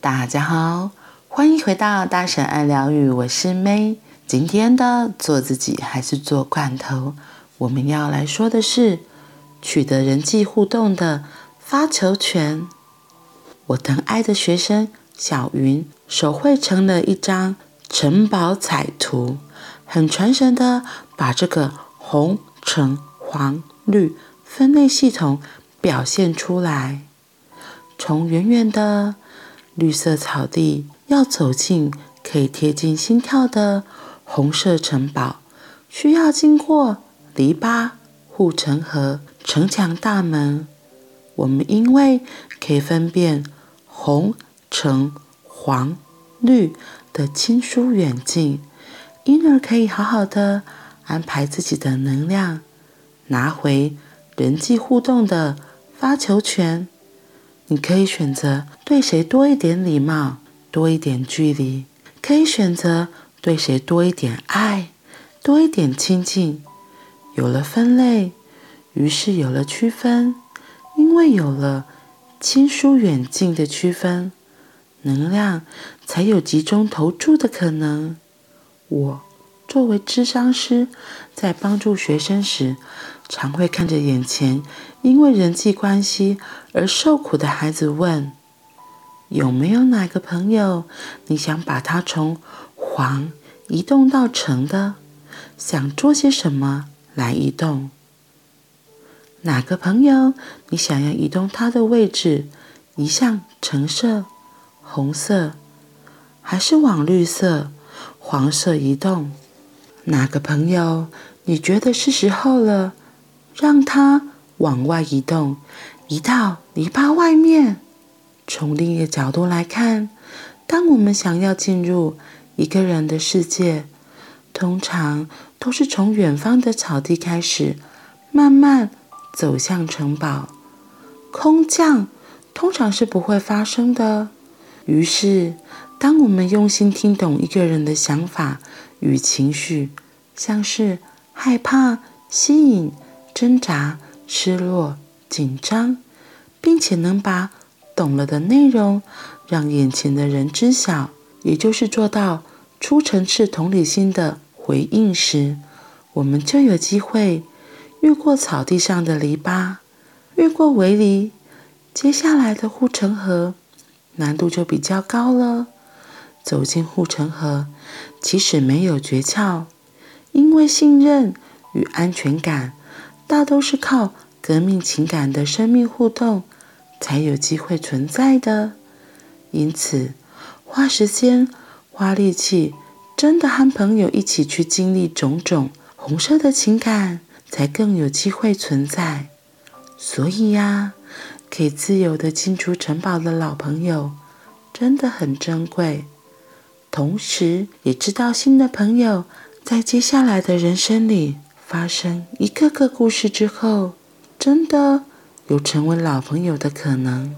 大家好，欢迎回到大神爱疗愈，我是 May。今天的做自己还是做罐头，我们要来说的是取得人际互动的发球权。我疼爱的学生小云手绘成了一张城堡彩图，很传神的把这个红、橙、黄、绿分类系统表现出来。从远远的绿色草地要走进可以贴近心跳的红色城堡，需要经过篱笆、护城河、城墙大门。我们因为可以分辨红、橙、黄、绿的亲疏远近，因而可以好好的安排自己的能量，拿回人际互动的发球权。你可以选择对谁多一点礼貌，多一点距离，可以选择对谁多一点爱，多一点亲近。有了分类，于是有了区分，因为有了亲疏远近的区分，能量才有集中投注的可能。我作为諮商师，在帮助学生时，常会看着眼前因为人际关系而受苦的孩子问，有没有哪个朋友你想把他从黄移动到橙的？想做些什么来移动？哪个朋友你想要移动他的位置，移向橙色、红色，还是往绿色、黄色移动？哪个朋友你觉得是时候了，让他往外移动，移到篱笆外面？从另一个角度来看，当我们想要进入一个人的世界，通常都是从远方的草地开始，慢慢走向城堡。空降通常是不会发生的。于是当我们用心听懂一个人的想法与情绪，像是害怕、吸引、挣扎、失落、紧张，并且能把懂了的内容让眼前的人知晓，也就是做到初层次同理心的回应时，我们就有机会越过草地上的篱笆，越过围篱，接下来的护城河难度就比较高了。走进护城河其实没有诀窍，因为信任与安全感大都是靠革命情感的生命互动才有机会存在的。因此花时间花力气真的和朋友一起去经历种种红色的情感，才更有机会存在。所以呀，可以自由地进出城堡的老朋友真的很珍贵。同时也知道新的朋友在接下来的人生里发生一个个故事之后，真的有成为老朋友的可能。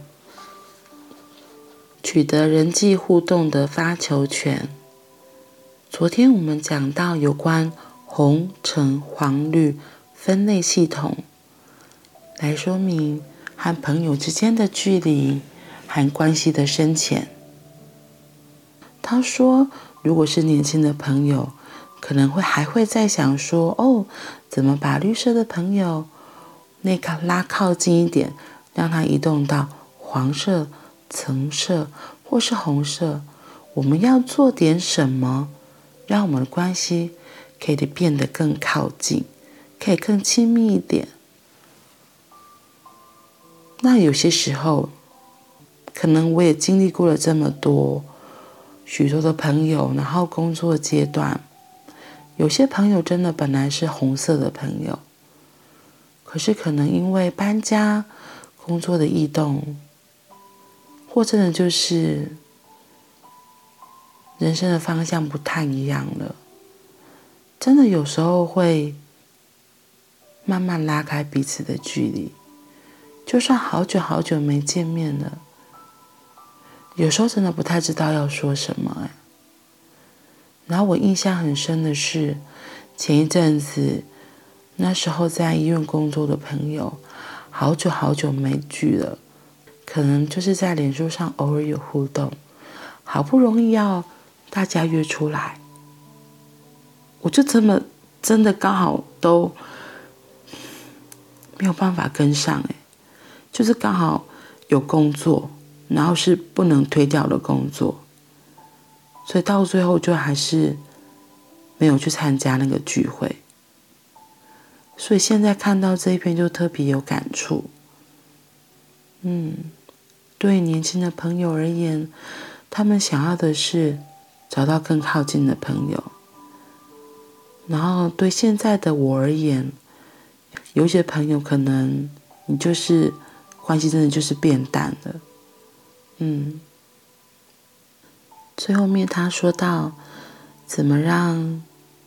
取得人际互动的发球权。昨天我们讲到有关红、橙、黄、绿分类系统，来说明和朋友之间的距离和关系的深浅。他说，如果是年轻的朋友，可能还会再想说，怎么把绿色的朋友拉靠近一点，让他移动到黄色、橙色或是红色。我们要做点什么，让我们的关系可以变得更靠近，可以更亲密一点。那有些时候，可能我也经历过了这么多许多的朋友，然后工作阶段，有些朋友真的本来是红色的朋友，可是可能因为搬家、工作的异动，或真的就是人生的方向不太一样了，真的有时候会慢慢拉开彼此的距离。就算好久好久没见面了，有时候真的不太知道要说什么。然后我印象很深的是，前一阵子那时候在医院工作的朋友，好久好久没聚了，可能就是在脸书上偶尔有互动， 好不容易要大家约出来，我就真的刚好都没有办法跟上就是刚好有工作，然后是不能推掉的工作，所以到最后就还是没有去参加那个聚会。所以现在看到这一篇就特别有感触。对年轻的朋友而言，他们想要的是找到更靠近的朋友。然后对现在的我而言，有一些朋友可能你就是关系真的就是变淡了。最后面他说到，怎么让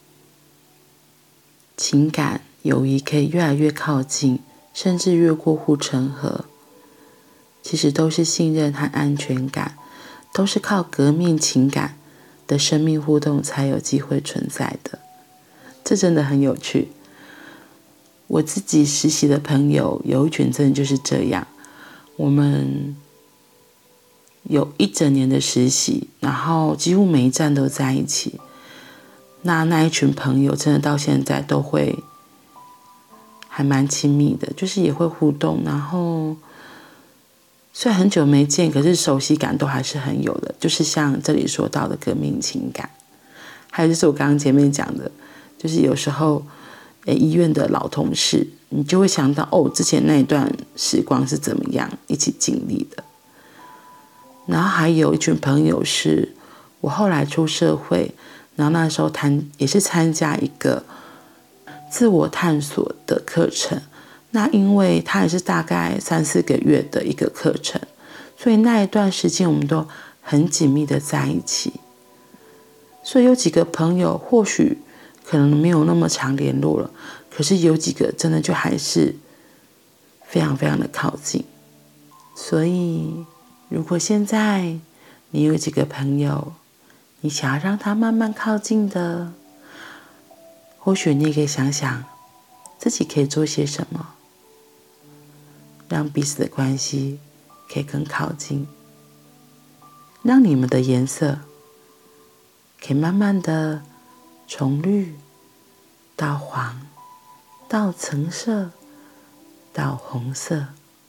情感友谊可以越来越靠近，甚至越过护城河，其实都是信任和安全感，都是靠革命情感的生命互动才有机会存在的。这真的很有趣。我自己实习的朋友有一群真的就是这样，我们有一整年的实习，然后几乎每一站都在一起。那一群朋友真的到现在都会还蛮亲密的，就是也会互动，然后虽然很久没见，可是熟悉感都还是很有的，就是像这里说到的革命情感。还有就是我刚刚前面讲的，就是有时候医院的老同事，你就会想到之前那一段时光是怎么样一起经历的。然后还有一群朋友是我后来出社会，然后那时候也是参加一个自我探索的课程。那因为它也是大概3-4个月的一个课程，所以那一段时间我们都很紧密的在一起。所以有几个朋友或许可能没有那么常联络了，可是有几个真的就还是非常非常的靠近。所以如果现在你有几个朋友，你想要让他慢慢靠近的，或许你也可以想想自己可以做些什么，让彼此的关系可以更靠近，让你们的颜色可以慢慢的从绿到黄，到橙色，到红色，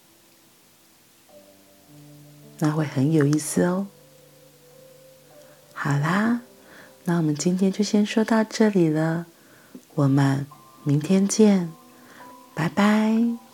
那会很有意思哦。好啦，那我们今天就先说到这里了，我们明天见，拜拜。